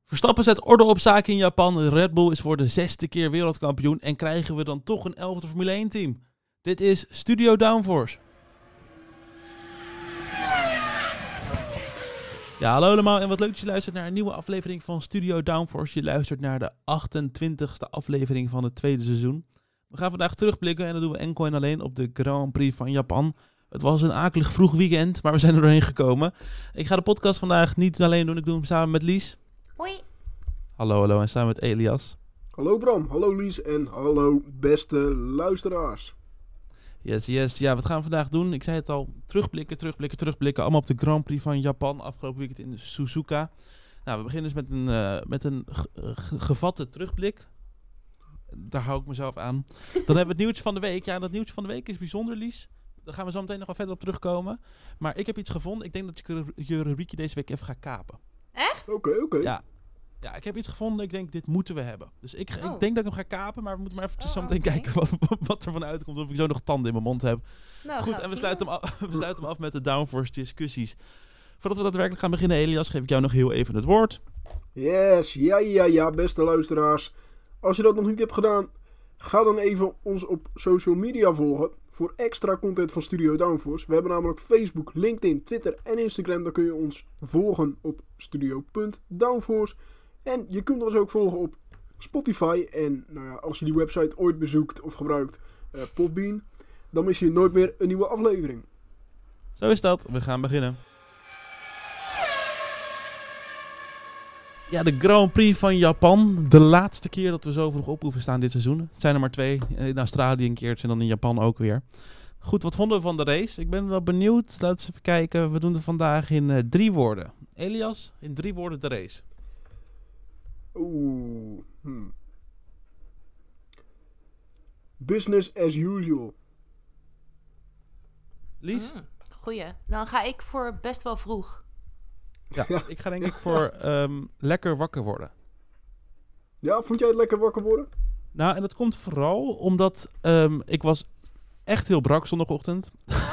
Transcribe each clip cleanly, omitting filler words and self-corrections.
Verstappen zet orde op zaken in Japan. Red Bull is voor de 6e keer wereldkampioen. En krijgen we dan toch een 11e Formule 1 team? Dit is Studio Downforce. Ja, hallo allemaal en wat leuk dat je luistert naar een nieuwe aflevering van Studio Downforce. Je luistert naar de 28e aflevering van het tweede seizoen. We gaan vandaag terugblikken en dat doen we enkel en alleen op de Grand Prix van Japan. Het was een akelig vroeg weekend, maar we zijn er doorheen gekomen. Ik ga de podcast vandaag niet alleen doen, ik doe hem samen met Lies. Hoi. Hallo en samen met Elias. Hallo Bram, hallo Lies en hallo beste luisteraars. Yes. Ja, wat gaan we vandaag doen? Ik zei het al, terugblikken. Allemaal op de Grand Prix van Japan afgelopen weekend in Suzuka. Nou, we beginnen dus met een gevatte terugblik. Daar hou ik mezelf aan. Dan hebben we het nieuwtje van de week. Ja, dat nieuwtje van de week is bijzonder, Lies. Daar gaan we zo meteen nog wel verder op terugkomen. Maar ik heb iets gevonden. Ik denk dat ik je rubriekje deze week even ga kapen. Echt? Oké. Ja, ik heb iets gevonden. Ik denk, dit moeten we hebben. Dus ik denk dat ik hem ga kapen. Maar we moeten maar eventjes zo meteen oké. kijken wat er van uitkomt. Of ik zo nog tanden in mijn mond heb. Nou, Goed, en we sluiten hem af met de Downforce discussies. Voordat we daadwerkelijk gaan beginnen, Elias, geef ik jou nog heel even het woord. Yes, ja, beste luisteraars. Als je dat nog niet hebt gedaan, ga dan even ons op social media volgen voor extra content van Studio Downforce. We hebben namelijk Facebook, LinkedIn, Twitter en Instagram. Daar kun je ons volgen op studio.downforce. En je kunt ons ook volgen op Spotify. En nou ja, als je die website ooit bezoekt of gebruikt, Podbean, dan mis je nooit meer een nieuwe aflevering. Zo is dat. We gaan beginnen. Ja, de Grand Prix van Japan. De laatste keer dat we zo vroeg op hoeven staan dit seizoen. Het zijn er maar 2. In Australië een keertje en dan in Japan ook weer. Goed, wat vonden we van de race? Ik ben wel benieuwd. Laten we eens even kijken. We doen het vandaag in 3 woorden. Elias, in 3 woorden de race. Business as usual. Lies? Goeie. Dan ga ik voor best wel vroeg. Ja, ik ga denk ik voor lekker wakker worden. Ja, vond jij het lekker wakker worden? Nou, en dat komt vooral omdat ik was echt heel brak zondagochtend.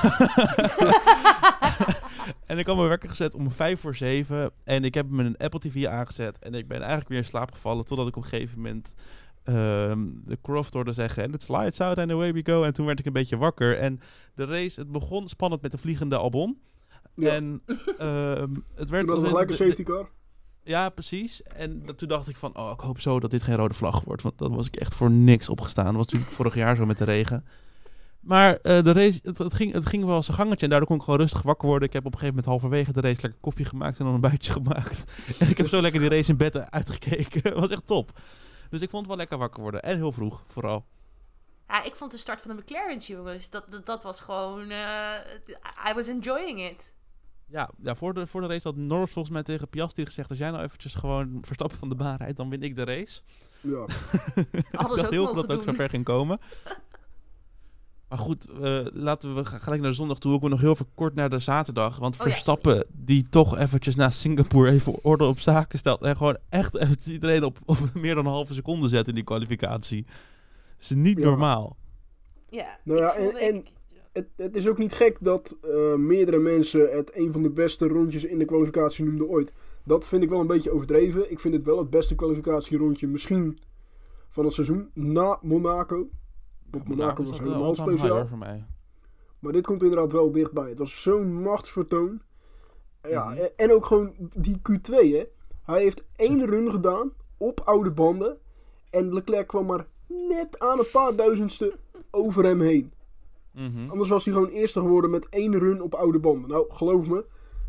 En ik had mijn wekker gezet om 6:55. En ik heb hem met een Apple TV aangezet. En ik ben eigenlijk weer in slaap gevallen. Totdat ik op een gegeven moment de Croft hoorde zeggen. En it's lights out and away we go. En toen werd ik een beetje wakker. En de race, het begon spannend met de vliegende Albon. Ja. En het werd... Toen was gelijk een safety car. Ja, precies. En toen dacht ik van, ik hoop zo dat dit geen rode vlag wordt. Want dan was ik echt voor niks opgestaan. Dat was natuurlijk vorig jaar zo met de regen. Maar de race, het ging wel zijn gangetje. En daardoor kon ik gewoon rustig wakker worden. Ik heb op een gegeven moment halverwege de race lekker koffie gemaakt en dan een buitje gemaakt. En ik heb zo lekker die race in bed uitgekeken. Het was echt top. Dus ik vond het wel lekker wakker worden. En heel vroeg, vooral. Ja, ik vond de start van de McLaren's, jongens. Dat was gewoon... I was enjoying it. Ja, voor de race had Norris volgens mij tegen Piastri gezegd... als jij nou eventjes gewoon Verstappen van de baan rijdt, dan win ik de race. Ja. Ik dacht heel veel dat het ook zo ver ging komen. Maar goed, laten we gelijk naar de zondag toe. Ik wil nog heel even kort naar de zaterdag. Want Verstappen, die toch eventjes na Singapore even orde op zaken stelt. En gewoon echt eventjes iedereen op meer dan een halve seconde zet in die kwalificatie. Dat is niet normaal. Ja, Nou ja, en het is ook niet gek dat meerdere mensen het een van de beste rondjes in de kwalificatie noemden ooit. Dat vind ik wel een beetje overdreven. Ik vind het wel het beste kwalificatierondje misschien van het seizoen na Monaco. Want Monaco was helemaal speciaal. Voor mij. Maar dit komt inderdaad wel dichtbij. Het was zo'n machtsvertoon. Ja, en ook gewoon die Q2, hè. Hij heeft 1 run gedaan op oude banden. En Leclerc kwam maar net aan een paar duizendste over hem heen. Mm-hmm. Anders was hij gewoon eerste geworden met 1 run op oude banden. Nou, geloof me.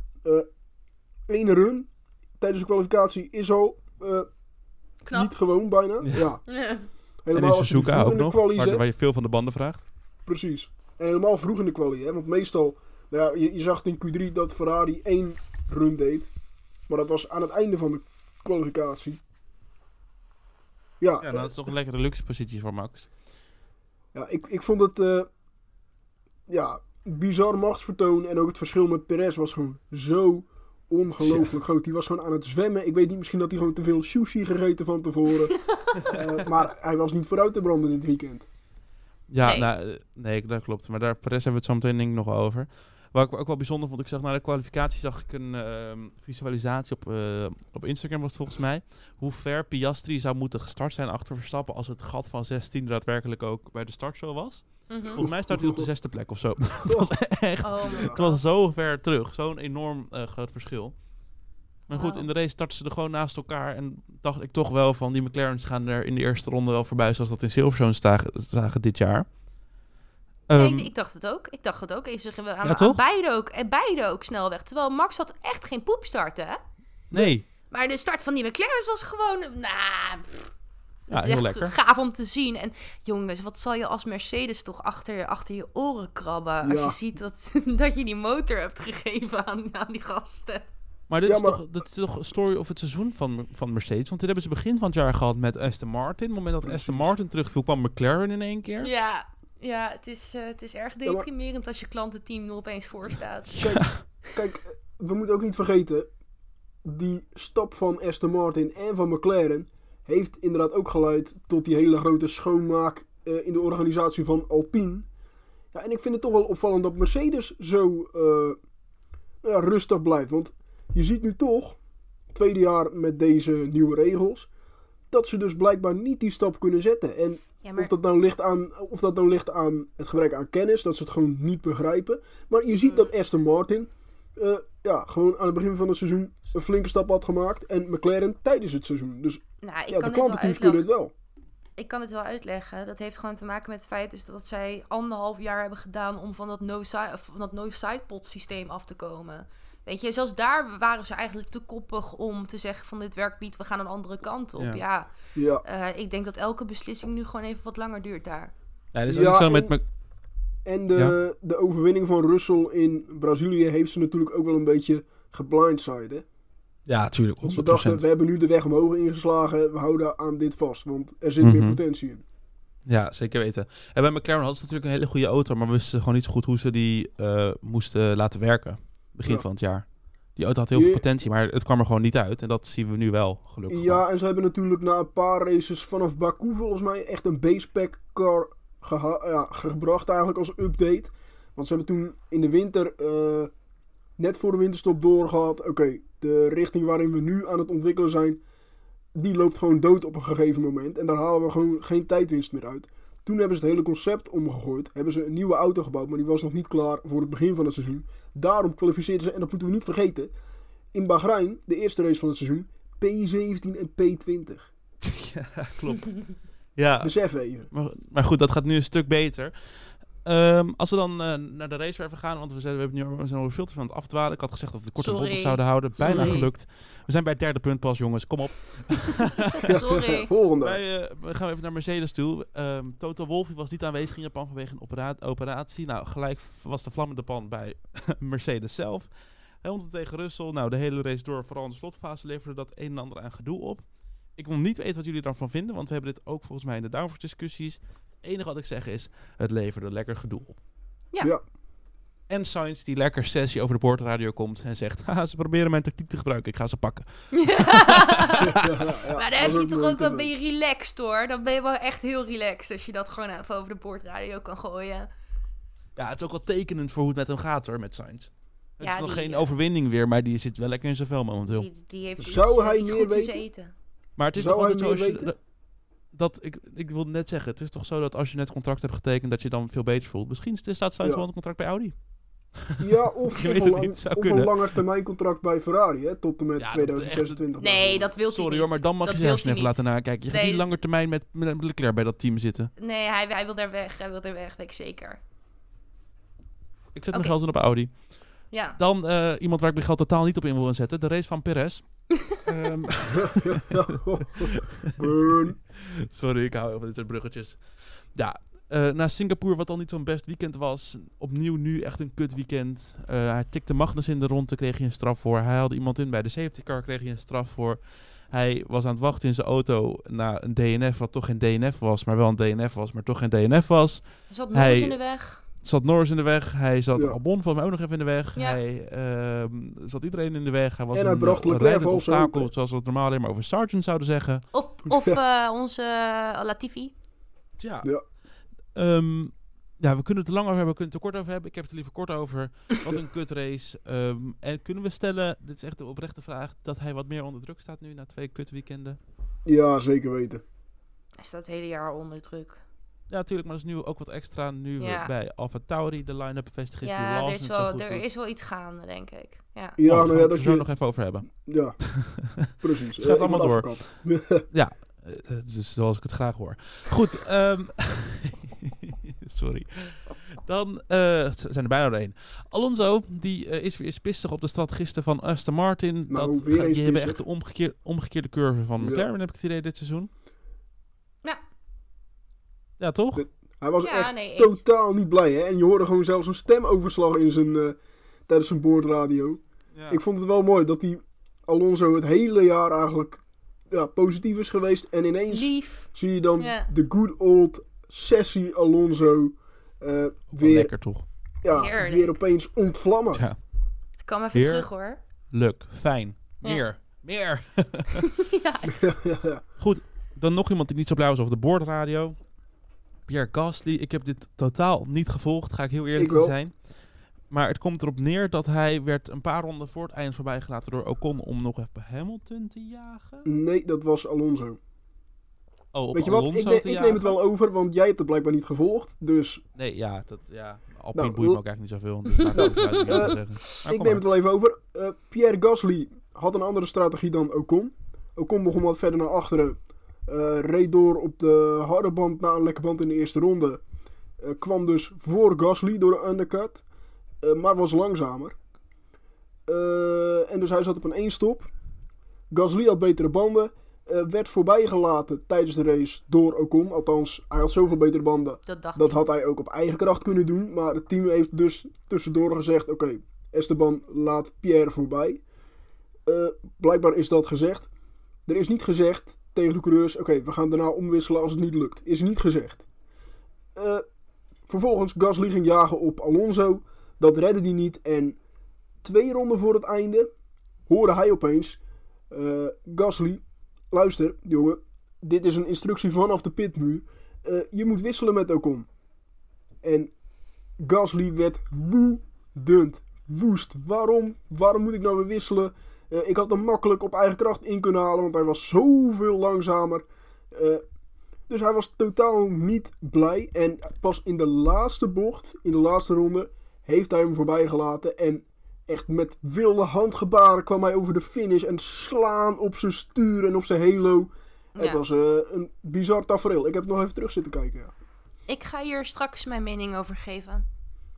1 run tijdens de kwalificatie is al knap. niet gewoon bijna. Ja. En in Suzuka ook nog, kwalie waar je veel van de banden vraagt. Precies. En helemaal vroeg in de kwalie, hè. Want meestal, nou ja, je zag in Q3 dat Ferrari 1 run deed. Maar dat was aan het einde van de kwalificatie. Ja, Ja, dat is toch een lekkere luxe positie voor Max. Ja, ik vond het bizar machtsvertoon. En ook het verschil met Perez was gewoon zo ongelooflijk groot. Die was gewoon aan het zwemmen. Ik weet niet, misschien dat hij gewoon te veel sushi gegeten van tevoren. Maar hij was niet vooruit te branden dit weekend. Ja, nee, dat klopt. Maar daar Perez hebben we het zo meteen denk ik nog over. Wat ik ook wel bijzonder vond, ik zag na de kwalificatie zag ik een visualisatie op Instagram was het volgens mij. Hoe ver Piastri zou moeten gestart zijn achter Verstappen als het gat van 16 daadwerkelijk ook bij de start zo was. Volgens mij staat hij op de 6e plek of zo. Het was echt, het was zo ver terug. Zo'n enorm groot verschil. Maar goed, in de race startten ze er gewoon naast elkaar. En dacht ik toch wel van, die McLaren's gaan er in de eerste ronde wel voorbij, zoals dat in Silverstone zagen dit jaar. Ik dacht het ook. Ik zeg, aan beide ook snel weg. Terwijl Max had echt geen poepstart, hè? Nee. Maar de start van die McLaren's was gewoon... Ja, het is heel echt lekker. gaaf om te zien. En jongens, wat zal je als Mercedes toch achter je oren krabben... als je ziet dat je die motor hebt gegeven aan die gasten. Maar dit is toch een story of het seizoen van Mercedes? Want dit hebben ze begin van het jaar gehad met Aston Martin. Op het moment dat Aston Martin terugviel, kwam McLaren in één keer. Ja, het is erg deprimerend als je klantenteam er opeens voor staat. Kijk, we moeten ook niet vergeten... die stap van Aston Martin en van McLaren... heeft inderdaad ook geleid tot die hele grote schoonmaak... in de organisatie van Alpine. Ja, en ik vind het toch wel opvallend dat Mercedes zo rustig blijft. Want je ziet nu toch, tweede jaar met deze nieuwe regels... dat ze dus blijkbaar niet die stap kunnen zetten. En of dat nou ligt aan het gebrek aan kennis, dat ze het gewoon niet begrijpen. Maar je ziet dat Aston Martin gewoon aan het begin van het seizoen een flinke stap had gemaakt. En McLaren tijdens het seizoen. Dus de klantenteams kunnen het wel. Ik kan het wel uitleggen. Dat heeft gewoon te maken met het feit dat zij 1,5 jaar hebben gedaan om van dat no-sidepod systeem af te komen. Weet je, zelfs daar waren ze eigenlijk te koppig om te zeggen van dit werkt niet, we gaan een andere kant op. Ja. Ik denk dat elke beslissing nu gewoon even wat langer duurt daar. Ja, dat is ook zo met... En de overwinning van Russell in Brazilië heeft ze natuurlijk ook wel een beetje geblindsided. Ja, tuurlijk, 100%. We dachten, we hebben nu de weg omhoog ingeslagen, we houden aan dit vast, want er zit meer potentie in. Ja, zeker weten. En bij McLaren hadden ze natuurlijk een hele goede auto, maar we wisten gewoon niet zo goed hoe ze die moesten laten werken. Begin van het jaar. Die auto had heel veel potentie, maar het kwam er gewoon niet uit. En dat zien we nu wel, gelukkig. Ja, en ze hebben natuurlijk na een paar races vanaf Baku volgens mij echt een base-pack car gebracht eigenlijk als update. Want ze hebben toen in de winter, net voor de winterstop doorgehad. Oké, de richting waarin we nu aan het ontwikkelen zijn, die loopt gewoon dood op een gegeven moment. En daar halen we gewoon geen tijdwinst meer uit. Toen hebben ze het hele concept omgegooid. Hebben ze een nieuwe auto gebouwd, maar die was nog niet klaar voor het begin van het seizoen. Daarom kwalificeerden ze, en dat moeten we niet vergeten, in Bahrein, de eerste race van het seizoen, P17 en P20. Ja, klopt. Ja. Besef even. Maar goed, dat gaat nu een stuk beter. Als we dan naar de race even gaan, want we zijn over veel te veel aan het afdwalen. Ik had gezegd dat we de korte bocht op zouden houden. Bijna gelukt. We zijn bij het derde punt pas, jongens. Kom op. Sorry. Volgende. We gaan even naar Mercedes toe. Toto Wolff was niet aanwezig in Japan vanwege een operatie. Nou, gelijk was de vlammende pan bij Mercedes zelf. Hamilton tegen Russell. Nou, de hele race door, vooral in de slotfase, leverde dat een en ander aan gedoe op. Ik wil niet weten wat jullie daarvan vinden, want we hebben dit ook volgens mij in de downforce discussies. Het enige wat ik zeg is, het leverde lekker gedoe op. Ja. En Sainz die lekker sessie over de boordradio komt en zegt, haha, ze proberen mijn tactiek te gebruiken, ik ga ze pakken. Maar dan heb je toch ook wel, ben je relaxed hoor. Dan ben je wel echt heel relaxed als je dat gewoon even over de boordradio kan gooien. Ja, het is ook wel tekenend voor hoe het met hem gaat hoor, met Sainz. Het is nog geen ja. overwinning weer, maar die zit wel lekker in zijn vel momenteel. Die heeft iets goed weten? te eten. Maar het is toch altijd zo als je... Ik wil net zeggen, het is toch zo dat als je net contract hebt getekend, dat je dan veel beter voelt. Misschien staat Sainz wel een contract bij Audi. Ja, of een langer termijn contract bij Ferrari, hè, tot en met 2026. Nee, dat wil hij niet. Sorry hoor, maar dan mag je zijn hersenen even laten nakijken. Je gaat niet langer termijn met Leclerc bij dat team zitten. Nee, hij wil daar weg. Hij wil daar weg, weet ik zeker. Ik zet mijn geld in op Audi. Ja. Dan iemand waar ik mijn geld totaal niet op in wil inzetten. De race van Perez. Sorry, ik hou van dit soort bruggetjes. Ja, na Singapore, wat al niet zo'n best weekend was. Opnieuw nu echt een kut weekend. Hij tikte Magnus in de ronde, kreeg hij een straf voor. Hij haalde iemand in bij de safety car, kreeg hij een straf voor. Hij was aan het wachten in zijn auto na een DNF, wat toch geen DNF was, maar wel een DNF was, maar toch geen DNF was. Er zat Norris in de weg. Zat Norris in de weg. Hij zat Albon volgens mij ook nog even in de weg. Ja. Hij zat iedereen in de weg. Hij was en hij bracht een rijdend obstakel, zoals we het normaal alleen maar over Sargent zouden zeggen. Of onze Latifi. Tja. Ja, we kunnen het er lang over hebben, we kunnen het er kort over hebben. Ik heb het er liever kort over. Wat een kutrace. En kunnen we stellen, dit is echt een oprechte vraag, dat hij wat meer onder druk staat nu na 2 kutweekenden? Ja, zeker weten. Hij staat het hele jaar onder druk. Ja, natuurlijk, maar dat is nu ook wat extra. Nu bij AlphaTauri de line-up bevestigd is. Ja, die er is wel iets gaande, denk ik. Ja, Ja, daar nou ja, gaan we dat het zo nog even over hebben. Ja, precies. Het gaat allemaal door. Afgekapt. Ja, dus zoals ik het graag hoor. Goed, sorry. Dan zijn er bijna doorheen. Alonso, die is weer eens pissig op de strategisten van Aston Martin. Nou, weer eens die hebben pissig. echt de omgekeerde curve van McLaren, heb ik het idee, dit seizoen. Ja. Ja, toch? Hij was Ja, echt totaal niet blij, hè. En je hoorde gewoon zelfs een stemoverslag in tijdens zijn boordradio. Ja. Ik vond het wel mooi dat die Alonso het hele jaar eigenlijk positief is geweest. En ineens zie je dan de good old sessie Alonso weer lekker, toch? Ja, weer opeens ontvlammen. Ja. Het kwam even terug, hoor. Leuk, fijn. Meer. Ja. Goed, dan nog iemand die niet zo blij was over de boordradio. Pierre Gasly. Ik heb dit totaal niet gevolgd, ga ik heel eerlijk zijn. Maar het komt erop neer dat hij werd een paar ronden voor het eind voorbij gelaten door Ocon om nog even Hamilton te jagen. Nee, dat was Alonso. Oh, weet je wat? Ik neem het wel over, want jij hebt het blijkbaar niet gevolgd, dus... Nee, Alpine boeit me ook eigenlijk niet zoveel. Dus ik neem het wel even over. Pierre Gasly had een andere strategie dan Ocon. Ocon begon wat verder naar achteren. Reed door op de harde band na een lekke band in de eerste ronde. Kwam dus voor Gasly door de undercut. Maar was langzamer. En dus hij zat op een 1-stop. Gasly had betere banden. Werd voorbijgelaten tijdens de race door Ocon. Althans, hij had zoveel betere banden. Dat had hij ook op eigen kracht kunnen doen. Maar het team heeft dus tussendoor gezegd... Oké, Esteban laat Pierre voorbij. Blijkbaar is dat gezegd. Er is niet gezegd tegen de coureurs... Oké, we gaan daarna omwisselen als het niet lukt. Is niet gezegd. Vervolgens Gasly ging jagen op Alonso. Dat redde hij niet. En 2 ronden voor het einde hoorde hij opeens... Gasly... Luister, jongen, dit is een instructie vanaf de pitmuur. Je moet wisselen met Ocon. En Gasly werd woedend. Woest. Waarom? Waarom moet ik nou weer wisselen? Ik had hem makkelijk op eigen kracht in kunnen halen, want hij was zoveel langzamer. Dus hij was totaal niet blij. En pas in de laatste bocht, in de laatste ronde, heeft hij hem voorbij gelaten. En echt met wilde handgebaren kwam hij over de finish en slaan op zijn stuur en op zijn halo. Ja. Het was een bizar tafereel. Ik heb het nog even terug zitten kijken. Ja. Ik ga hier straks mijn mening over geven.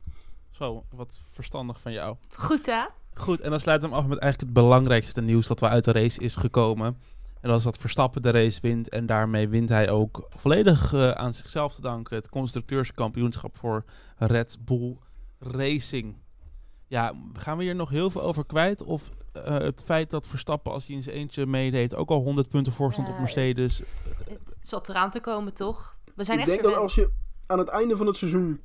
Zo, wat verstandig van jou. Goed, hè? Goed, en dan sluiten we hem af met eigenlijk het belangrijkste nieuws dat we uit de race is gekomen. En dat is dat Verstappen de race wint. En daarmee wint hij ook volledig aan zichzelf te danken het constructeurskampioenschap voor Red Bull Racing. Ja, gaan we hier nog heel veel over kwijt? Of het feit dat Verstappen, als hij in zijn eentje meedeed, ook al 100 punten voor stond op Mercedes? Het zat eraan te komen, toch? We zijn ik echt denk dat als je aan het einde van het seizoen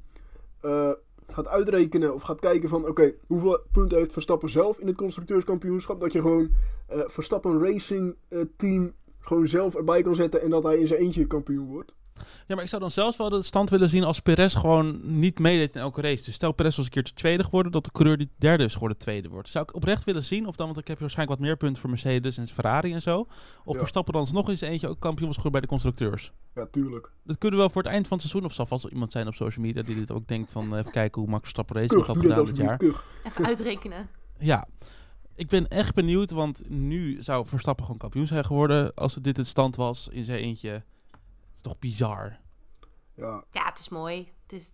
gaat uitrekenen of gaat kijken van... Oké, hoeveel punten heeft Verstappen zelf in het constructeurskampioenschap? Dat je gewoon Verstappen Racing Team gewoon zelf erbij kan zetten en dat hij in zijn eentje kampioen wordt. Ja, maar ik zou dan zelfs wel de stand willen zien als Perez gewoon niet meedeed in elke race. Dus stel Perez was een keertje tweede geworden, dat de coureur die derde is geworden tweede wordt. Zou ik oprecht willen zien, of dan, want ik heb waarschijnlijk wat meer punten voor Mercedes en Ferrari en zo. Of Verstappen dan nog eens eentje ook kampioen was geworden bij de constructeurs. Ja, tuurlijk. Dat kunnen we wel voor het eind van het seizoen, of zal vast wel iemand zijn op social media die dit ook denkt van even kijken hoe Max Verstappen Racing had gedaan dit jaar. Even uitrekenen. Ja. Ik ben echt benieuwd, want nu zou Verstappen gewoon kampioen zijn geworden als dit het stand was in zijn eentje. Het is toch bizar. Ja, het is mooi.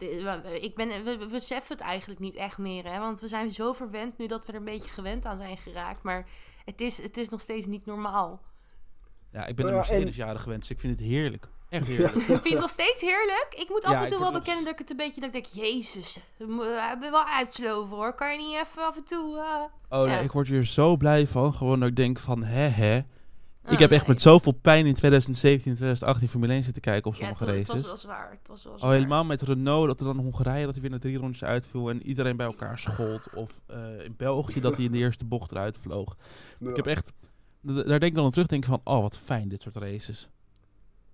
We beseffen het eigenlijk niet echt meer, hè? Want we zijn zo verwend nu dat we er een beetje gewend aan zijn geraakt. Maar het is nog steeds niet normaal. Ja, ik ben een Mercedes-jaren gewend, dus ik vind het heerlijk. Echt heerlijk. Vind je het nog steeds heerlijk? Ik moet af en toe wel bekennen dat ik het een beetje... Dat ik denk, jezus, we ben wel uitsloven, hoor. Kan je niet even af en toe... Nee, ik word hier zo blij van. Gewoon dat ik denk van, ik heb echt met zoveel pijn in 2017 en 2018 Formule 1 zitten kijken op sommige races. Het was wel zwaar. Het was wel zwaar. Helemaal met Renault, dat er dan Hongarije, dat hij weer naar 3 rondjes uitviel en iedereen bij elkaar schold. Of in België, dat hij in de eerste bocht eruit vloog. Ja. Ik heb echt, daar denk ik dan aan terug, denk ik van, wat fijn dit soort races.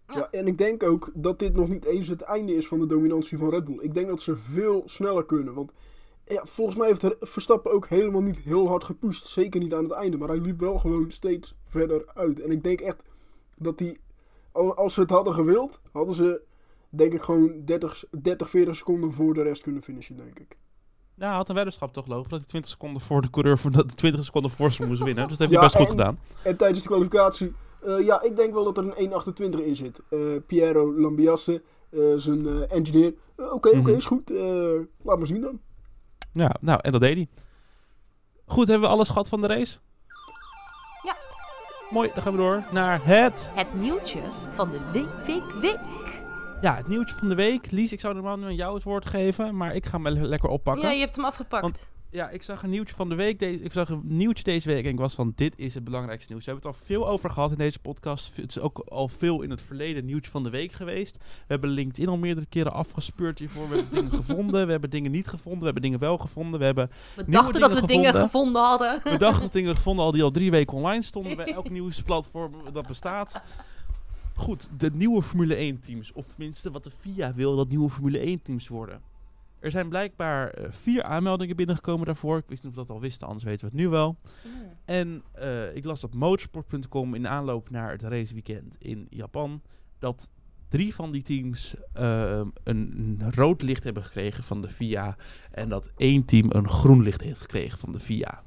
Ja, en ik denk ook dat dit nog niet eens het einde is van de dominantie van Red Bull. Ik denk dat ze veel sneller kunnen. Want ja, volgens mij heeft Verstappen ook helemaal niet heel hard gepusht. Zeker niet aan het einde. Maar hij liep wel gewoon steeds verder uit. En ik denk echt dat hij, als ze het hadden gewild, hadden ze denk ik gewoon 30, 40 seconden voor de rest kunnen finishen, denk ik. Ja, hij had een weddenschap toch lopen dat hij 20 seconden voor de coureur voor de 20 seconden voor ze moest winnen. Dus dat heeft hij best goed gedaan. En tijdens de kwalificatie, ik denk wel dat er een 1.28 in zit. Piero Lambiasse, zijn engineer. Oké, is goed. Laat maar zien dan. Ja, nou, en dat deed hij. Goed, hebben we alles gehad van de race? Ja. Mooi, dan gaan we door naar het nieuwtje van de week. Ja, het nieuwtje van de week. Lies, ik zou normaal nu aan jou het woord geven, maar ik ga hem lekker oppakken. Ja, je hebt hem afgepakt. Want, ja, ik zag een nieuwtje van de week. Ik zag een nieuwtje deze week en ik was van, dit is het belangrijkste nieuws. We hebben het al veel over gehad in deze podcast. Het is ook al veel in het verleden nieuwtje van de week geweest. We hebben LinkedIn al meerdere keren afgespeurd hiervoor. We hebben dingen gevonden, we hebben dingen niet gevonden, we hebben dingen wel gevonden. We dachten dat we dingen gevonden hadden. We dachten dat dingen gevonden hadden die al 3 weken online stonden bij elk nieuwsplatform dat bestaat. Goed, de nieuwe Formule 1 teams, of tenminste wat de FIA wil dat nieuwe Formule 1 teams worden. Er zijn blijkbaar 4 aanmeldingen binnengekomen daarvoor. Ik wist niet of we dat al wisten, anders weten we het nu wel. En ik las op motorsport.com in aanloop naar het raceweekend in Japan dat 3 van die teams een rood licht hebben gekregen van de FIA en dat 1 team een groen licht heeft gekregen van de FIA.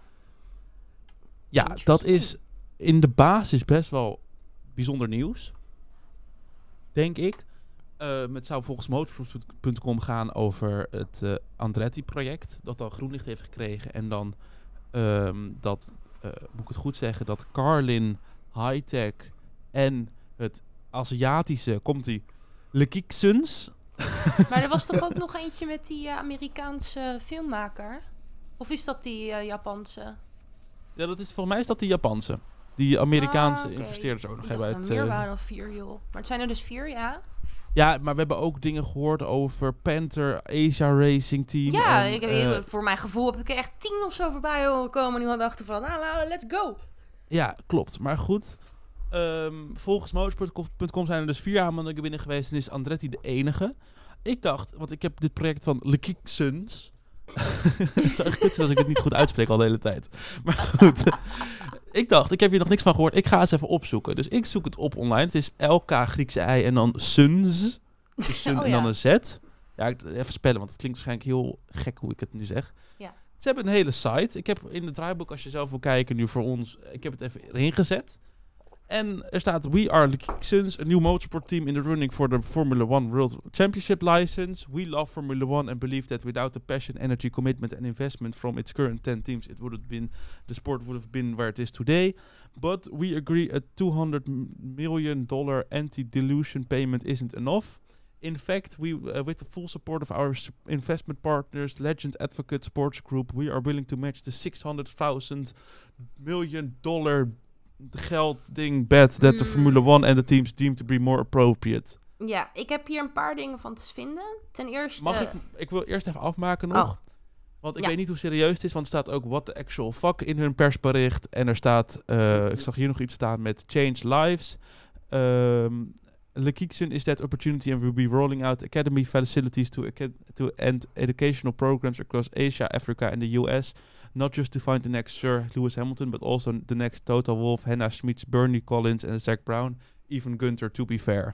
Ja, dat is in de basis best wel bijzonder nieuws, denk ik. Het zou volgens motorsport.com gaan over het Andretti-project, dat dan groen licht heeft gekregen. En dan moet ik het goed zeggen, dat Carlin, Hightech en het Aziatische, Lekiksuns. Maar er was toch ook nog eentje met die Amerikaanse filmmaker? Of is dat die Japanse? Ja, volgens mij is dat die Japanse. Die Amerikaanse investeerders ook nog hebben. Er meer waren dan 4, joh. Maar het zijn er dus 4, ja. Ja, maar we hebben ook dingen gehoord over Panther, Asia Racing Team. Ja, voor mijn gevoel heb ik er echt 10 of zo voorbij horen komen. En iemand dacht van, let's go. Ja, klopt. Maar goed, volgens motorsport.com zijn er dus 4 aanmeldingen binnen geweest en is Andretti de enige. Ik dacht, want ik heb dit project van Lekiksuns. Het zou echt kut zijn als ik het niet goed uitspreek al de hele tijd. Maar goed, ik dacht, ik heb hier nog niks van gehoord. Ik ga eens even opzoeken. Dus ik zoek het op online. Het is LK Griekse I en dan Suns. Dus Sun en dan een Z. Ja, even spellen, want het klinkt waarschijnlijk heel gek hoe ik het nu zeg. Ja. Ze hebben een hele site. Ik heb in het draaiboek, als je zelf wil kijken nu voor ons, ik heb het even erin gezet. En er staat, we are Lekiksuns, a new motorsport team in the running for the Formula 1 World Championship license. We love Formula 1 and believe that without the passion, energy, commitment and investment from its current 10 teams, the sport would have been where it is today. But we agree a $200 million anti-dilution payment isn't enough. In fact, with the full support of our investment partners, Legend Advocate Sports Group, we are willing to match the $600 million gelding bet that the Formula 1 and the teams deem to be more appropriate. Ja, ik heb hier een paar dingen van te vinden. Ten eerste... Ik wil eerst even afmaken nog. Want ik weet niet hoe serieus het is, want er staat ook what the actual fuck in hun persbericht. En er staat, ik zag hier nog iets staan met change lives. Lekiksun is that opportunity and we'll be rolling out academy facilities to end educational programs across Asia, Africa and the US. Not just to find the next Sir Lewis Hamilton, but also the next Toto Wolff, Hannah Schmitz, Bernie Collins en Zac Brown. Even Gunther, to be fair.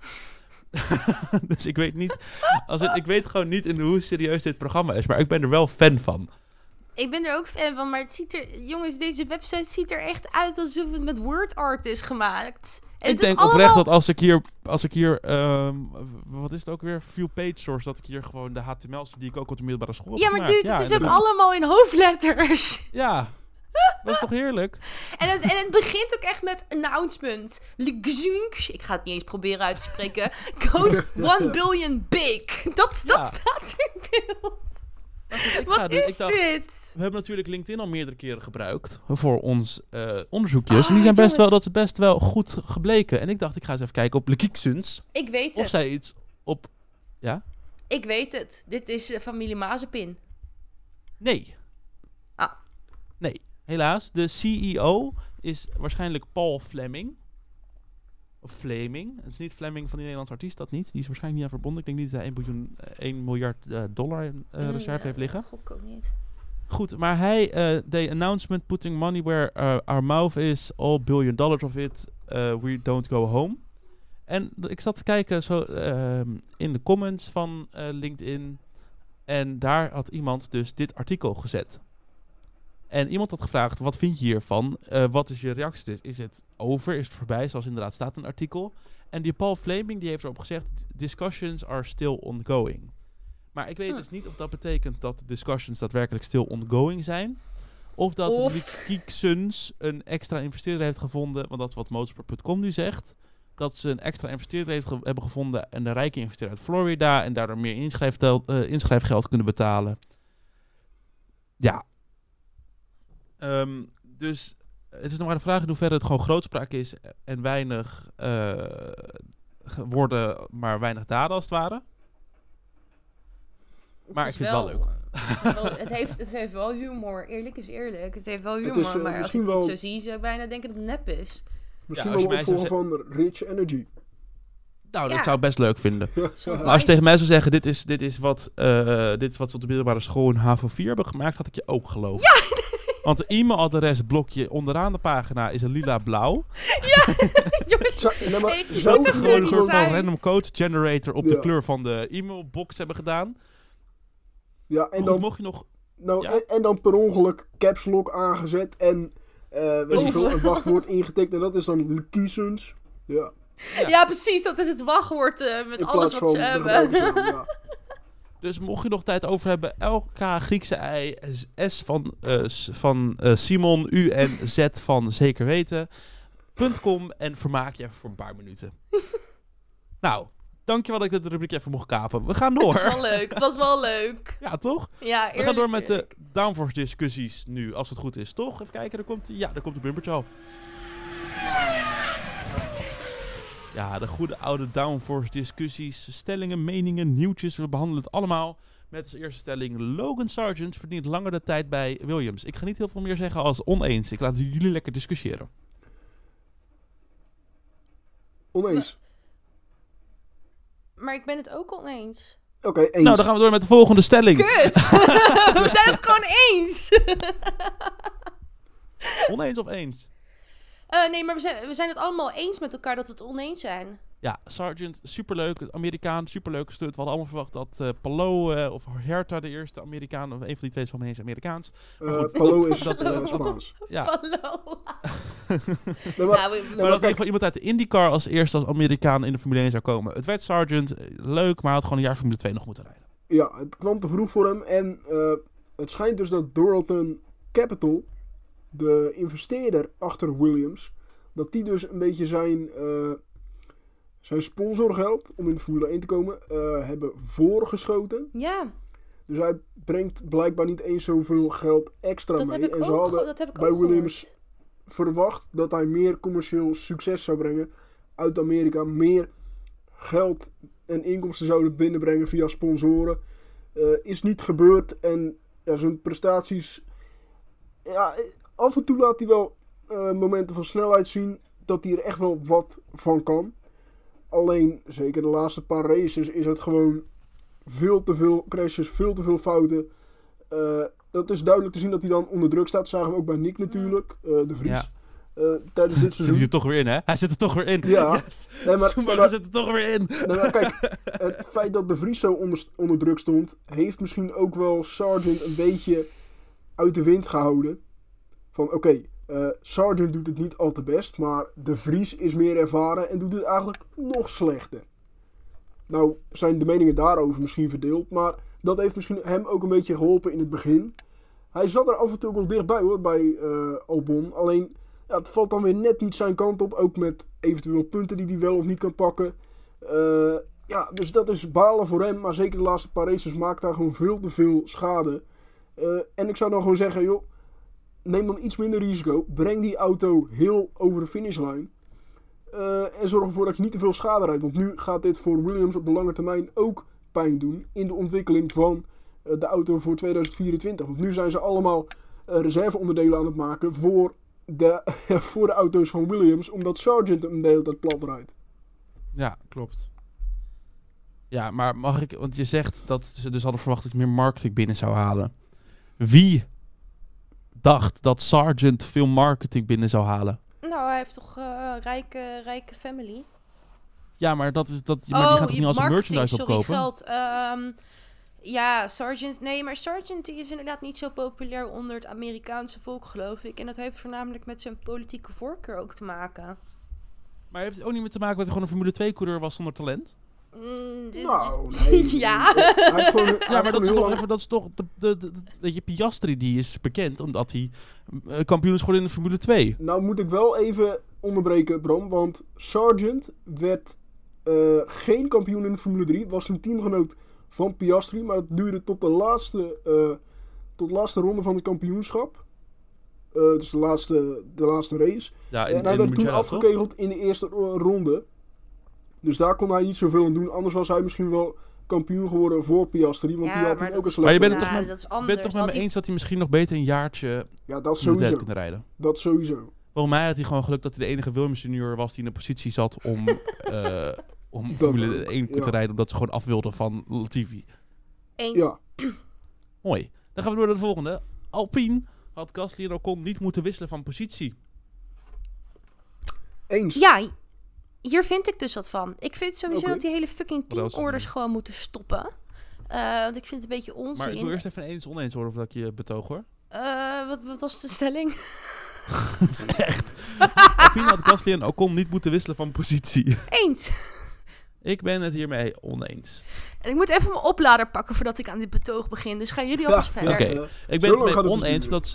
Dus ik weet niet, ik weet gewoon niet in hoe serieus dit programma is, maar ik ben er wel fan van. Ik ben er ook fan van, maar het ziet er... Jongens, deze website ziet er echt uit alsof het met word art is gemaakt. En ik denk oprecht dat als ik hier wat is het ook weer? View page source, dat ik hier gewoon de HTML's die ik ook op de middelbare school heb gemaakt. Dude, het is ook allemaal in hoofdletters. Ja, dat is toch heerlijk? En het begint ook echt met announcement. Ik ga het niet eens proberen uit te spreken. Goes 1 billion big. Dat staat er in beeld. Wat is dit? We hebben natuurlijk LinkedIn al meerdere keren gebruikt voor ons onderzoekjes. En die zijn best wel goed gebleken. En ik dacht, ik ga eens even kijken op Lekiksuns. Ik weet het. Of zij iets op... Ja? Ik weet het. Dit is familie Mazepin. Nee. Nee, helaas. De CEO is waarschijnlijk Paul Fleming. Of Flaming. Het is niet Fleming van die Nederlandse artiest, dat niet. Die is waarschijnlijk niet aan verbonden. Ik denk niet dat hij 1 miljard dollar in reserve heeft liggen. Dat gok ik ook niet. Goed, maar hij, the announcement putting money where our mouth is, all $1 billion of it, we don't go home. En ik zat te kijken zo in de comments van LinkedIn. En daar had iemand dus dit artikel gezet. En iemand had gevraagd, wat vind je hiervan? Wat is je reactie? Is het over? Is het voorbij? Zoals inderdaad staat in het artikel. En die Paul Flaming die heeft erop gezegd, discussions are still ongoing. Maar ik weet dus niet of dat betekent dat de discussions daadwerkelijk still ongoing zijn. Of dat Geeksons een extra investeerder heeft gevonden. Want dat is wat Motorsport.com nu zegt. Dat ze een extra investeerder hebben gevonden. En een rijke investeerder uit Florida. En daardoor meer inschrijfgeld kunnen betalen. Ja. Dus het is nog maar de vraag in hoeverre het gewoon grootspraak is. En weinig woorden, maar weinig daden als het ware. Maar ik vind het wel leuk. Het heeft wel humor. Eerlijk is eerlijk. Het heeft wel humor. Maar als ik dit zo zie, zou ik bijna denken dat het nep is. Misschien wel een opvolger van Rich Energy. Nou, dat zou ik best leuk vinden. Maar als je tegen mij zou zeggen, dit is wat ze op de middelbare school in HAVO 4 hebben gemaakt, had ik je ook geloofd. Ja. Want de e-mailadresblokje onderaan de pagina is een lila-blauw. Ja, jongens. Dat ze gewoon een soort van random code generator op de kleur van de e-mailbox hebben gedaan. Ja, en dan mocht je nog... En dan per ongeluk caps lock aangezet en een wachtwoord ingetikt. En dat is dan Geeksons. Ja, precies. Dat is het wachtwoord met alles wat ze hebben. Dus mocht je nog tijd over hebben, LK Griekse I, S van Simon, U en Z van zeker weten. .com en vermaak je even voor een paar minuten. Nou, dankjewel dat ik dit rubriekje even mocht kapen. We gaan door. Het was wel leuk. Ja, toch? Ja, we gaan door met de downforce discussies nu, als het goed is, toch? Even kijken, daar komt de bumpertje al. Ja, de goede oude downforce discussies, stellingen, meningen, nieuwtjes. We behandelen het allemaal met als eerste stelling. Logan Sargent verdient langer de tijd bij Williams. Ik ga niet heel veel meer zeggen als oneens. Ik laat jullie lekker discussiëren. Oneens. Maar ik ben het ook oneens. Oké, eens. Nou, dan gaan we door met de volgende stelling. Kut! We zijn het gewoon eens. Oneens of eens? Nee, maar we zijn het allemaal eens met elkaar dat we het oneens zijn. Ja, Sargent, superleuk. Amerikaan, superleuke stunt. We hadden allemaal verwacht dat Palou of Herta de eerste Amerikaan, of een van die twee is van mij eens Amerikaans. Palou is Spaans. Ja. Palou. maar dat in ieder geval iemand uit de IndyCar als eerste als Amerikaan in de Formule 1 zou komen. Het werd Sargent, leuk, maar hij had gewoon een jaar Formule 2 nog moeten rijden. Ja, het kwam te vroeg voor hem. En het schijnt dus dat Dorilton Capital, de investeerder achter Williams, dat die dus een beetje zijn sponsorgeld om in de Formule 1 te komen hebben voorgeschoten. Ja. Dus hij brengt blijkbaar niet eens zoveel geld extra dat mee. Heb ik en ze ook hadden bij Williams verwacht dat hij meer commercieel succes zou brengen uit Amerika. Meer geld en inkomsten zouden binnenbrengen via sponsoren. Is niet gebeurd. En zijn prestaties... Ja, af en toe laat hij wel momenten van snelheid zien dat hij er echt wel wat van kan. Alleen, zeker de laatste paar races, is het gewoon veel te veel crashes, veel te veel fouten. Dat is duidelijk te zien dat hij dan onder druk staat. Dat zagen we ook bij Nick natuurlijk, de Vries. Ja. Tijdens dit seizoen. Zit hij er toch weer in, hè? Hij zit er toch weer in. Ja. Yes. Nee, maar zit er toch weer in. Nee, maar kijk, het feit dat de Vries zo onder druk stond, heeft misschien ook wel Sargent een beetje uit de wind gehouden. Van oké, Sargent doet het niet al te best, maar de Vries is meer ervaren en doet het eigenlijk nog slechter. Nou zijn de meningen daarover misschien verdeeld, maar dat heeft misschien hem ook een beetje geholpen in het begin. Hij zat er af en toe ook wel dichtbij hoor, bij Albon. Alleen, ja, het valt dan weer net niet zijn kant op, ook met eventueel punten die hij wel of niet kan pakken. Ja, dus dat is balen voor hem, maar zeker de laatste paar races maakt hij gewoon veel te veel schade. En ik zou dan gewoon zeggen, joh, neem dan iets minder risico. Breng die auto heel over de finishlijn. En zorg ervoor dat je niet te veel schade rijdt. Want nu gaat dit voor Williams op de lange termijn ook pijn doen. In de ontwikkeling van de auto voor 2024. Want nu zijn ze allemaal reserveonderdelen aan het maken voor voor de auto's van Williams, omdat Sargent hem de hele tijd plat rijdt. Ja, klopt. Ja, maar mag ik... Want je zegt dat ze dus hadden verwacht dat hij meer marketing binnen zou halen. Wie dacht dat Sargent veel marketing binnen zou halen? Nou, hij heeft toch rijke family. Ja, maar, maar die gaat toch niet als een merchandise opkopen? Geld. Ja, Sargent... Nee, maar Sargent die is inderdaad niet zo populair onder het Amerikaanse volk, geloof ik. En dat heeft voornamelijk met zijn politieke voorkeur ook te maken. Maar heeft het ook niet meer te maken dat hij gewoon een Formule 2-coureur was zonder talent? Nou, nee. Ja. Hij heeft gewoon, Ja, maar dat is toch weet je, Piastri die is bekend omdat hij kampioen is geworden in de Formule 2. Nou moet ik wel even onderbreken, Bram, want Sargent werd geen kampioen in de Formule 3. Was toen teamgenoot van Piastri, maar het duurde tot de laatste ronde van het kampioenschap. Dus de laatste race. Ja, En hij werd toen afgekegeld in de eerste ronde. Dus daar kon hij niet zoveel aan doen. Anders was hij misschien wel kampioen geworden voor Piastri. Want die had toen ook een slechte... Maar je bent Ja, het toch met me eens dat hij misschien nog beter een jaartje Ja, dat moet sowieso. kunnen rijden? Dat sowieso. Volgens mij had hij gewoon geluk dat hij de enige Williams junior was die in de positie zat om Dat Formule ook, 1 te rijden. Omdat ze gewoon af wilden van Latifi. Eens. Ja. Mooi. Dan gaan we door naar de volgende. Alpine had Gasly en Ocon niet moeten wisselen van positie. Eens. Ja, hier vind ik dus wat van. Ik vind sowieso Oké. dat die hele fucking Wat else teamorders dan? gewoon moeten stoppen. Want ik vind het een beetje onzin. Maar ik wil eerst even een eens-oneens horen voordat ik je betoog hoor. Wat was de stelling? Dat is echt. Alpine had Gasly en Ocon niet moeten wisselen van positie. Eens. Ik ben het hiermee oneens. En ik moet even mijn oplader pakken voordat ik aan dit betoog begin. Dus gaan jullie alvast verder. Oké. Ik ben Zo het lang ermee gaat het oneens dus omdat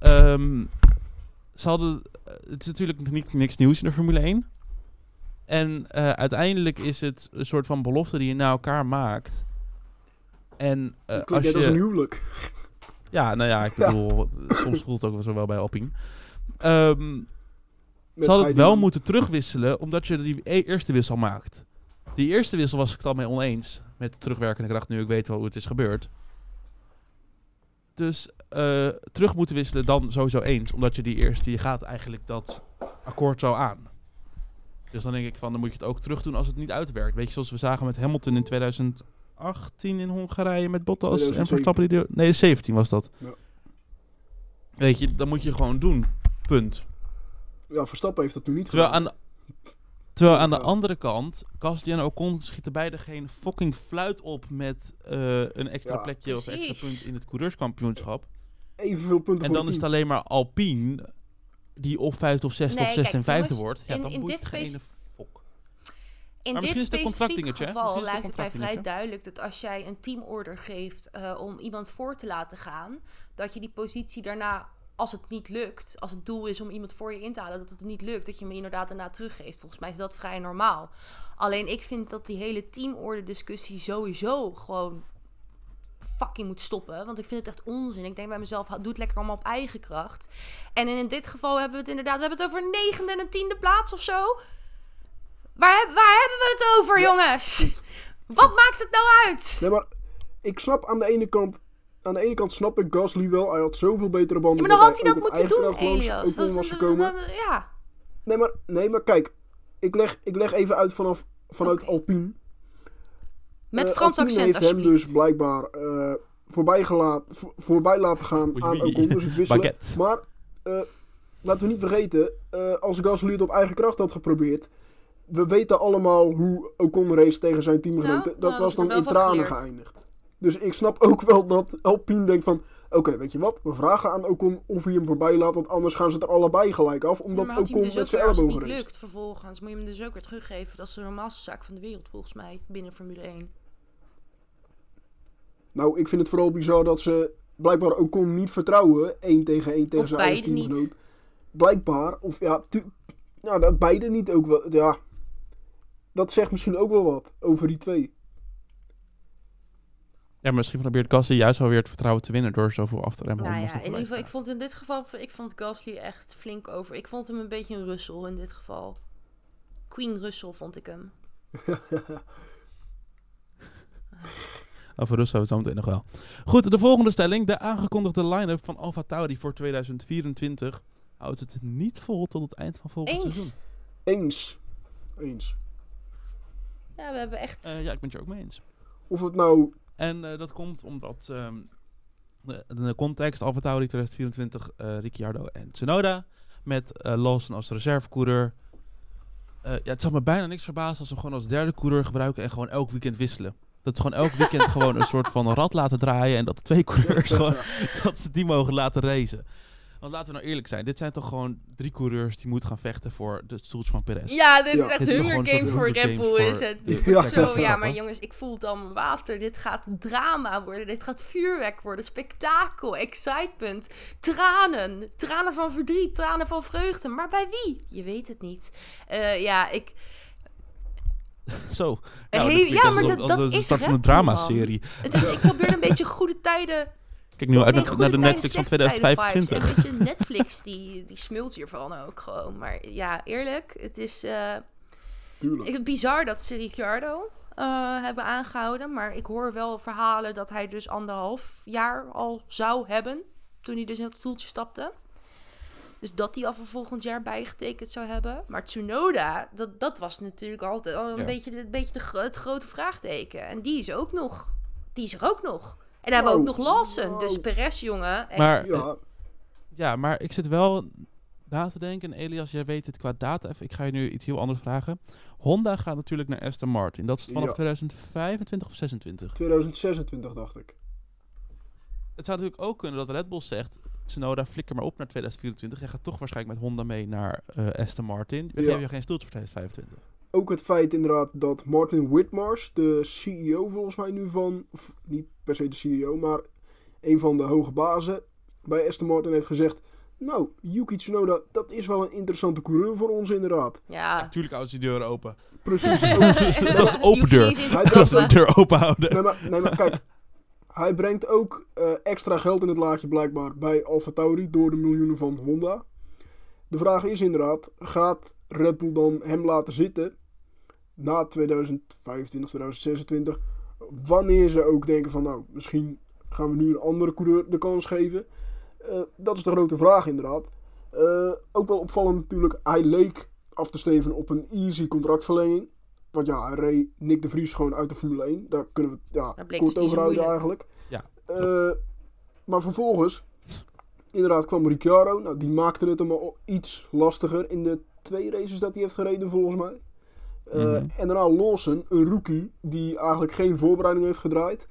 ze hadden... Het is natuurlijk niks nieuws in de Formule 1. En uiteindelijk is het een soort van belofte die je naar elkaar maakt. En Dat als klinkt net als een huwelijk. Ja, nou ja, ik bedoel, soms voelt het ook wel zo wel bij Alpine. Met Ze hadden het wel scheiding. moeten terugwisselen, omdat je die eerste wissel maakt. Die eerste wissel was ik het al mee oneens. Met de terugwerkende kracht, nu ik weet wel hoe het is gebeurd. Dus terug moeten wisselen dan sowieso eens. Omdat je die eerste, je gaat eigenlijk dat akkoord zo aan. Dus dan denk ik van, dan moet je het ook terug doen als het niet uitwerkt. Weet je, zoals we zagen met Hamilton in 2018 in Hongarije met Bottas en 2017. Verstappen. Nee, 17 was dat. Ja. Weet je, dan moet je gewoon doen. Punt. Ja, Verstappen heeft dat nu niet Terwijl gedaan. aan de andere kant, Gasly en Ocon schieten beide geen fucking fluit op met een extra Ja, plekje of precies. extra punt in het coureurskampioenschap. Evenveel punten En voor dan is het alleen maar Alpine die of 5 of 6 Nee, of 6 kijk, en 5 jongens, wordt. Ja, in- dan in boeit dit het geen space- ene fok. In Maar dit misschien is het een specifieke contractdingetje, hè? geval Misschien is het lijkt een het mij vrij contractdingetje. duidelijk dat als jij een teamorder geeft om iemand voor te laten gaan, dat je die positie daarna, als het niet lukt, als het doel is om iemand voor je in te halen, dat het niet lukt, dat je hem inderdaad daarna teruggeeft. Volgens mij is dat vrij normaal. Alleen ik vind dat die hele teamorder discussie sowieso gewoon fucking moet stoppen. Want ik vind het echt onzin. Ik denk bij mezelf, doe het lekker allemaal op eigen kracht. En in dit geval hebben we het inderdaad, we hebben het over 9e en een 10e plaats of zo. Waar hebben we het over, jongens? Wat maakt het nou uit? Nee, maar ik snap aan de ene kant snap ik Gasly wel. Hij had zoveel betere Ja, banden. maar dan had hij ook dat op moeten eigen doen, kracht langs Elias. Ocon was gekomen. Ja. Nee, maar kijk. Ik leg even uit vanuit Oké. Alpine. Met Frans Alpine accent, heeft hem dus alsjeblieft. blijkbaar voorbij laten gaan aan Oei. Ocon. Dus het wisselen. Baguette. Maar laten we niet vergeten, als Gasly het op eigen kracht had geprobeerd. We weten allemaal hoe Ocon race tegen zijn teamgenoten. Nou, dat nou, was dat is dan er in wel van tranen geleerd. geëindigd. Dus ik snap ook wel dat Alpine denkt van... Oké, weet je wat? We vragen aan Ocon of hij hem voorbij laat. Want anders gaan ze er allebei gelijk af. Omdat Maar had hij Ocon hem dus met ook zijn weer, als het ellebogen niet race. lukt vervolgens, moet je hem dus ook weer teruggeven. Dat is de normaalste zaak van de wereld, volgens mij, binnen Formule 1. Nou, ik vind het vooral bizar dat ze blijkbaar Ocon niet vertrouwen. 1 tegen zijn Of eigen beide teamgenoot. niet. Blijkbaar. Of ja, dat beide niet ook wel. Ja, dat zegt misschien ook wel wat over die twee. Ja, maar misschien probeert Gasly juist alweer het vertrouwen te winnen door zoveel af te remmen. Nou om ja, alsnog in ieder geval, voorbij ik vond in dit geval, ik vond Gasly echt flink over. Ik vond hem een beetje een Russell in dit geval. Queen Russell vond ik hem. Over Russen hebben we het zo meteen nog wel. Goed, de volgende stelling. De aangekondigde line-up van AlphaTauri voor 2024 houdt het niet vol tot het eind van volgend seizoen. Eens. Ja, we hebben echt... Ja, ik ben het er ook mee eens. Of het nou... En dat komt omdat de context, AlphaTauri 2024, Ricciardo en Tsunoda, met Lawson als reservecoureur. Het zal me bijna niks verbazen als ze hem gewoon als derde coureur gebruiken en gewoon elk weekend wisselen. Dat ze gewoon elk weekend gewoon een soort van rad laten draaien en dat de 2 coureurs gewoon, dat ze die mogen laten racen. Want laten we nou eerlijk zijn, dit zijn toch gewoon 3 coureurs die moeten gaan vechten voor de stoeltje van Perez. Ja, dit is echt Dit is toch Hunger gewoon Game een voor soort Red Hunger Bull Game is voor- het. Ja. Dit wordt zo, Ja. ja, maar jongens, ik voel het allemaal water. Dit gaat drama worden. Dit gaat vuurwerk worden. Spektakel, excitement, tranen. Tranen van verdriet, tranen van vreugde. Maar bij wie? Je weet het niet. Zo. Hey, Nou, dit klinkt ja, als- maar als dat een is start van Red een Bull, dramaserie. Ik probeer een beetje goede tijden... Kijk nu uit Nee, naar goede de tijden, Netflix van slechte tijden 2025. vibes. En weet je, Netflix die smult hiervan ook gewoon. Maar ja, eerlijk, het is Tuurlijk. bizar dat ze Ricciardo hebben aangehouden. Maar ik hoor wel verhalen dat hij dus 1,5 jaar al zou hebben. Toen hij dus in het stoeltje stapte. Dus dat hij al voor volgend jaar bijgetekend zou hebben. Maar Tsunoda, dat was natuurlijk altijd al een beetje het grote vraagteken. En die is er ook nog. En dan hebben we ook nog Lawson. Dus Perez, jongen. Echt. Maar, Ja, maar ik zit wel na te denken. En Elias, jij weet het qua data. Ik ga je nu iets heel anders vragen. Honda gaat natuurlijk naar Aston Martin. Dat is vanaf 2025 of 26? 2026 dacht ik. Het zou natuurlijk ook kunnen dat Red Bull zegt... Tsunoda, flikker maar op naar 2024. Jij gaat toch waarschijnlijk met Honda mee naar Aston Martin. We geven je geen stoeltje voor 2025. Ook het feit inderdaad dat Martin Whitmarsh, de CEO volgens mij nu van... Of niet per se de CEO, maar een van de hoge bazen bij Aston Martin heeft gezegd... Nou, Yuki Tsunoda, dat is wel een interessante coureur voor ons inderdaad. Ja. Natuurlijk houden ze die deuren open. Precies. Dat is een open deur. Dat is een deur open houden. Nee, maar kijk. Hij brengt ook extra geld in het laadje blijkbaar bij AlphaTauri door de miljoenen van Honda. De vraag is inderdaad, gaat Red Bull dan hem laten zitten na 2025, 2026, wanneer ze ook denken van nou, misschien gaan we nu een andere coureur de kans geven. Dat is de grote vraag inderdaad. Ook wel opvallend natuurlijk, hij leek af te steven op een easy contractverlenging. Want ja, hij reed Nick de Vries gewoon uit de Formule 1. Daar kunnen we het kort over houden eigenlijk. Ja, maar vervolgens, inderdaad kwam Ricciardo. Nou, die maakte het hem al iets lastiger in de 2 races dat hij heeft gereden volgens mij. En daarna Lawson, een rookie die eigenlijk geen voorbereiding heeft gedraaid.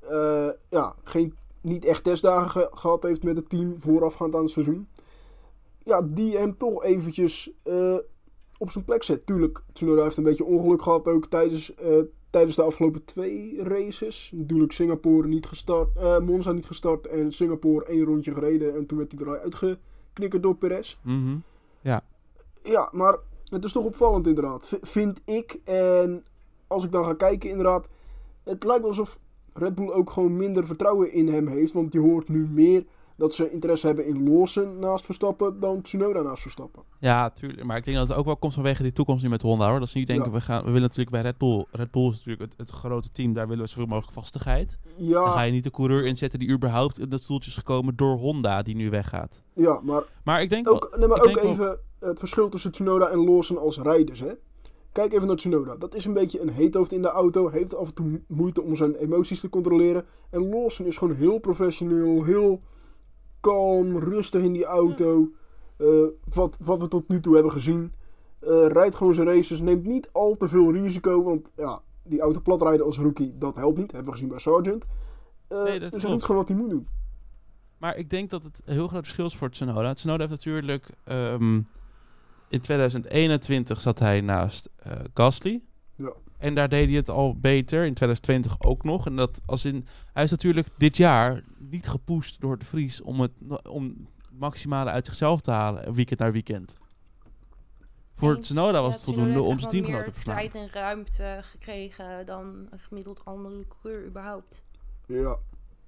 Niet echt testdagen gehad heeft met het team voorafgaand aan het seizoen. Ja, die hem toch eventjes op zijn plek zet. Tuurlijk, Tsunoda heeft een beetje ongeluk gehad ook tijdens de afgelopen 2 races. Natuurlijk Singapore niet gestart, Monza niet gestart en Singapore 1 rondje gereden. En toen werd hij eruit uitgeknikkerd door Perez. Ja. Ja, maar het is toch opvallend inderdaad, vind ik. En als ik dan ga kijken inderdaad, het lijkt wel alsof Red Bull ook gewoon minder vertrouwen in hem heeft. Want je hoort nu meer dat ze interesse hebben in Lawson naast Verstappen dan Tsunoda naast Verstappen. Ja, tuurlijk. Maar ik denk dat het ook wel komt vanwege die toekomst nu met Honda, hoor. Dat ze niet denken, we willen natuurlijk bij Red Bull. Red Bull is natuurlijk het grote team, daar willen we zoveel mogelijk vastigheid. Ja. Dan ga je niet de coureur inzetten die überhaupt in dat stoeltje is gekomen door Honda, die nu weggaat. Ja, maar ik denk ook, wel... even het verschil tussen Tsunoda en Lawson als rijders, hè. Kijk even naar Tsunoda. Dat is een beetje een heethoofd in de auto. Heeft af en toe moeite om zijn emoties te controleren. En Lawson is gewoon heel professioneel, heel kalm, rustig in die auto. Wat we tot nu toe hebben gezien. Rijdt gewoon zijn races, neemt niet al te veel risico. Want ja, die auto platrijden als rookie, dat helpt niet. Hebben we gezien bij Sargent. Dus hij doet gewoon wat hij moet doen. Maar ik denk dat het een heel groot verschil is voor Tsunoda. Tsunoda heeft natuurlijk... in 2021 zat hij naast Gasly. Ja. En daar deed hij het al beter. In 2020 ook nog. En hij is natuurlijk dit jaar niet gepusht door de Vries om het maximale uit zichzelf te halen, weekend naar weekend. Voor Tsunoda was het voldoende om zijn teamgenoot te verslaan. Tijd en ruimte gekregen dan een gemiddeld andere coureur überhaupt. Ja.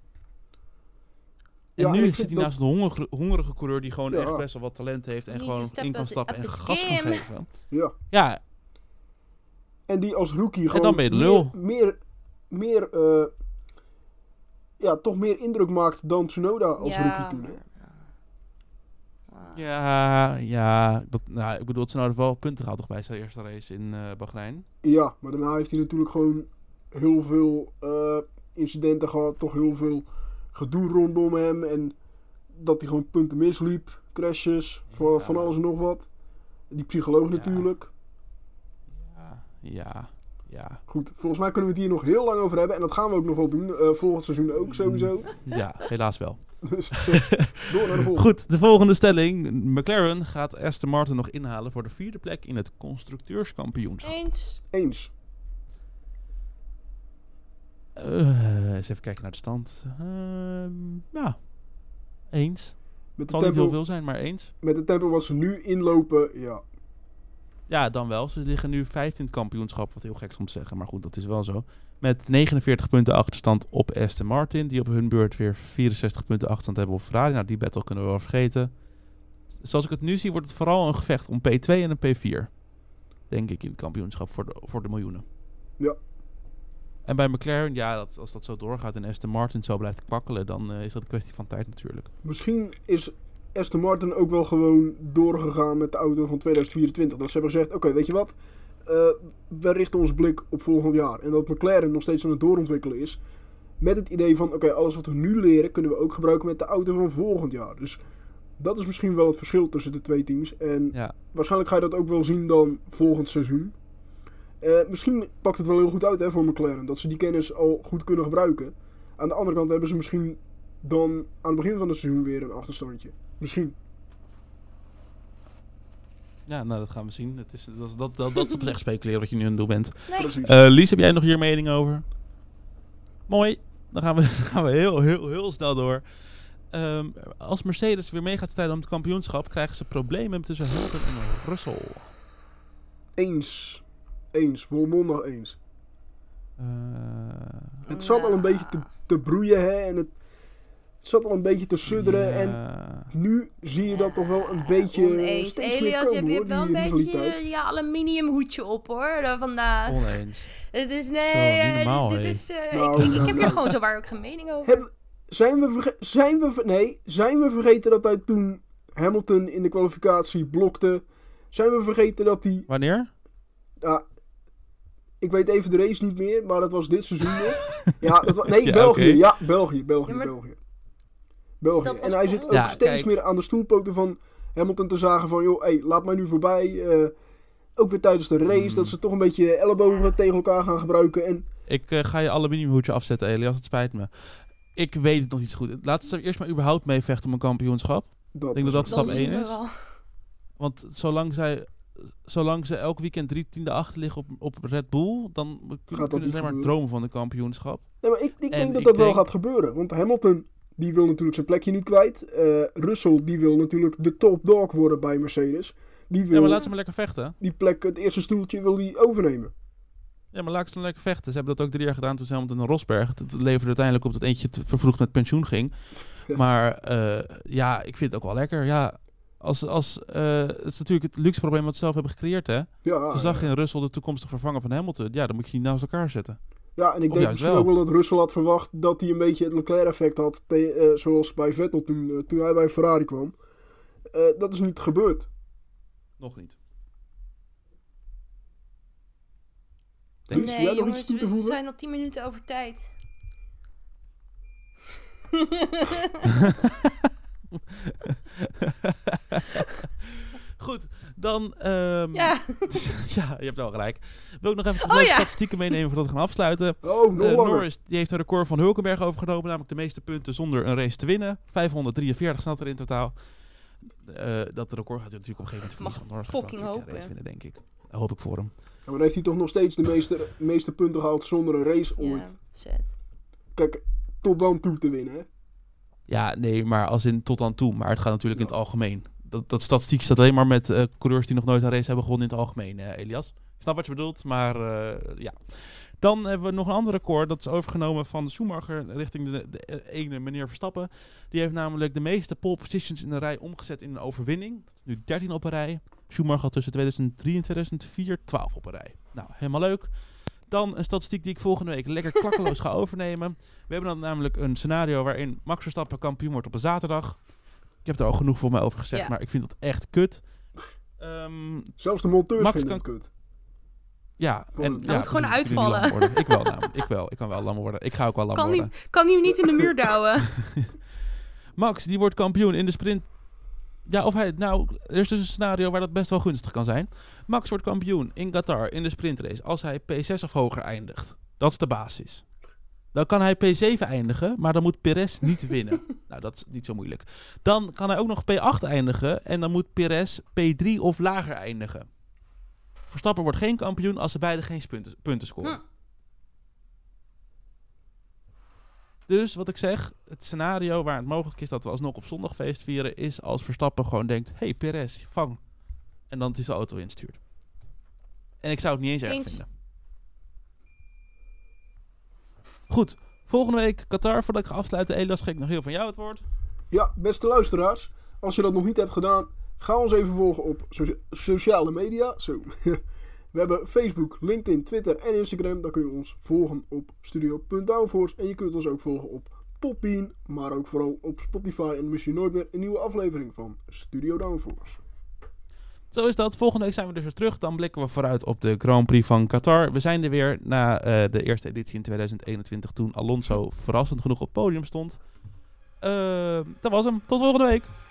En nu zit hij naast een hongerige coureur die gewoon echt best wel wat talent heeft en Niet gewoon in kan stappen en gas kan geven. Ja. En die als rookie gewoon... En dan ben je de lul. Toch meer indruk maakt dan Tsunoda als rookie toen. Hè? Ja. Ik bedoel, Tsunoda wel punten gehaald toch bij zijn eerste race in Bahrein. Ja, maar daarna heeft hij natuurlijk gewoon heel veel incidenten gehad. Toch heel veel gedoe rondom hem. En dat hij gewoon punten misliep. Crashes, van alles en nog wat. Die psycholoog natuurlijk. Ja. Goed, volgens mij kunnen we het hier nog heel lang over hebben. En dat gaan we ook nog wel doen. Volgend seizoen ook sowieso. Ja, helaas wel. Dus door naar de volgende. Goed, de volgende stelling. McLaren gaat Aston Martin nog inhalen voor de 4e plek in het constructeurskampioenschap. Eens. Eens even kijken naar de stand. Eens. Met Het zal niet heel veel zijn, maar eens. Met de tempo wat ze nu inlopen, ja. Ja, dan wel. Ze liggen nu 15 in het kampioenschap, wat heel gek is om te zeggen. Maar goed, dat is wel zo. Met 49 punten achterstand op Aston Martin. Die op hun beurt weer 64 punten achterstand hebben op Ferrari. Nou, die battle kunnen we wel vergeten. Zoals ik het nu zie, wordt het vooral een gevecht om P2 en een P4. Denk ik in het kampioenschap voor de miljoenen. Ja. En bij McLaren, ja, als dat zo doorgaat en Aston Martin zo blijft kwakkelen, dan is dat een kwestie van tijd natuurlijk. Misschien is Aston Martin ook wel gewoon doorgegaan met de auto van 2024. Dat ze hebben gezegd, oké, weet je wat? We richten onze blik op volgend jaar. En dat McLaren nog steeds aan het doorontwikkelen is. Met het idee van, oké, alles wat we nu leren kunnen we ook gebruiken met de auto van volgend jaar. Dus dat is misschien wel het verschil tussen de twee teams. En waarschijnlijk ga je dat ook wel zien dan volgend seizoen. Misschien pakt het wel heel goed uit voor McLaren. Dat ze die kennis al goed kunnen gebruiken. Aan de andere kant hebben ze misschien dan aan het begin van het seizoen weer een achterstandje. Misschien. Ja, nou dat gaan we zien. Dat is op echt speculeren wat je nu aan het doen bent. Nee. Precies. Lies, heb jij nog hier mening over? Mooi. Dan gaan we heel snel door. Als Mercedes weer mee gaat strijden om het kampioenschap, krijgen ze problemen tussen Hamilton en Russell. Eens. Volmondig eens. Het zat al een beetje te broeien, hè. En het zat al een beetje te sudderen. En nu zie je dat toch wel een beetje Oneens. steeds meer Elias, komen, je hebt wel een beetje je aluminium hoedje op, hoor. Vandaag. Oneens. Het is, Zo, niet normaal, dit hé. is... Nou, ik heb hier gewoon zowaar ook geen mening over. Zijn we vergeten dat hij toen Hamilton in de kwalificatie blokte? Zijn we vergeten dat hij... Wanneer? Ja, ik weet even de race niet meer, maar dat was dit seizoen nog. Ja, Ja, België. oké. Ja, België. Dat En was hij zit ook Ja, steeds kijk. meer aan de stoelpoten van Hamilton te zagen van, joh, hey, laat mij nu voorbij. Ook weer tijdens de race, dat ze toch een beetje ellebogen tegen elkaar gaan gebruiken. En Ik ga je aluminiumhoedje afzetten, Elias. Het spijt me. Ik weet het nog niet zo goed. Laten ze er eerst maar überhaupt mee vechten om een kampioenschap. Ik denk dat stap Dan 1 zien we is. wel. Want zolang ze elk weekend 3 tienden achter liggen op Red Bull, dan dat kunnen ze niet alleen maar gebeuren. dromen van een kampioenschap. nee, maar ik denk dat ik dat wel denk- gaat gebeuren. Want Hamilton, die wil natuurlijk zijn plekje niet kwijt. Russell, die wil natuurlijk de top dog worden bij Mercedes. Die wil Ja, maar laat ze maar lekker vechten. die plek, het eerste stoeltje, wil die overnemen. Ja, maar laat ze dan lekker vechten. Ze hebben dat ook 3 jaar gedaan toen ze Hamilton en Rosberg. Het leverde uiteindelijk op dat eentje vervroegd met pensioen ging. Ja. Maar ik vind het ook wel lekker. Ja, het is natuurlijk het luxe probleem wat ze zelf hebben gecreëerd, hè. Ja, Ze zag in Russell de toekomstige vervanger van Hamilton. Ja, dan moet je die naast elkaar zetten. ja, en ik Of denk juist misschien wel. ook wel dat Russell had verwacht dat hij een beetje het Leclerc-effect had. Zoals bij Vettel toen hij bij Ferrari kwam. Dat is niet gebeurd. Nog niet. Denk je? Nee, Jij nog jongens, iets toe te we voegen? zijn al 10 minuten over tijd. Goed, dan... Ja. Ja, je hebt wel gelijk. Wil ik nog even de Oh, leuke ja. statistieken meenemen voordat we gaan afsluiten. Oh, nog langer. Norris die heeft een record van Hulkenberg overgenomen. Namelijk de meeste punten zonder een race te winnen. 543 staat er in totaal. Dat record gaat hij natuurlijk op een gegeven moment Mag verliezen. want Norris gaat fucking wel een keer een hopen. race winnen, denk ik. Dat hoop ik voor hem. Ja, maar dan heeft hij toch nog steeds de meeste punten gehaald zonder een race Ja, ooit. zet. Kijk, tot dan toe te winnen, hè. Ja, nee, maar als in tot dan toe. Maar het gaat natuurlijk in het algemeen. Dat statistiek staat alleen maar met coureurs die nog nooit een race hebben gewonnen in het algemeen, Elias. Ik snap wat je bedoelt, maar ja. Dan hebben we nog een ander record. Dat is overgenomen van Schumacher richting de ene meneer Verstappen. Die heeft namelijk de meeste pole positions in een rij omgezet in een overwinning. Dat is nu 13 op een rij. Schumacher had tussen 2003 en 2004 12 op een rij. Nou, helemaal leuk. Dan een statistiek die ik volgende week lekker klakkeloos ga overnemen. We hebben dan namelijk een scenario waarin Max Verstappen kampioen wordt op een zaterdag. heb er al genoeg voor mij over gezegd, Ja. maar ik vind dat echt kut. Zelfs de monteurs Max vinden kan- het kut. Ja, en moet ja, gewoon precies, ik wil niet uitvallen. lam worden. Ik wel namelijk. Ik kan wel lam worden. Ik ga ook wel lam worden. Kan die hem niet in de muur douwen? Max, die wordt kampioen in de sprint. Ja, er is dus een scenario waar dat best wel gunstig kan zijn. Max wordt kampioen in Qatar in de sprintrace als hij P6 of hoger eindigt. Dat is de basis. Dan kan hij P7 eindigen, maar dan moet Perez niet winnen. Nou, dat is niet zo moeilijk. Dan kan hij ook nog P8 eindigen en dan moet Perez P3 of lager eindigen. Verstappen wordt geen kampioen als ze beide geen punten scoren. Dus wat ik zeg, het scenario waar het mogelijk is dat we alsnog op zondag feest vieren, is als Verstappen gewoon denkt, hey Perez, vang. En dan hij zijn auto instuurt. En ik zou het niet eens erg Eens. vinden. Goed, volgende week Qatar. Voordat ik ga afsluiten, Elias, geef ik nog heel van jou het woord. Ja, beste luisteraars. Als je dat nog niet hebt gedaan, ga ons even volgen op sociale media. Zo. We hebben Facebook, LinkedIn, Twitter en Instagram. Daar kun je ons volgen op studio.downforce. En je kunt ons ook volgen op Podbean, maar ook vooral op Spotify. En dan mis je nooit meer een nieuwe aflevering van Studio Downforce. Zo is dat. Volgende week zijn we dus weer terug. Dan blikken we vooruit op de Grand Prix van Qatar. We zijn er weer na de eerste editie in 2021, toen Alonso verrassend genoeg op het podium stond. Dat was hem. Tot volgende week.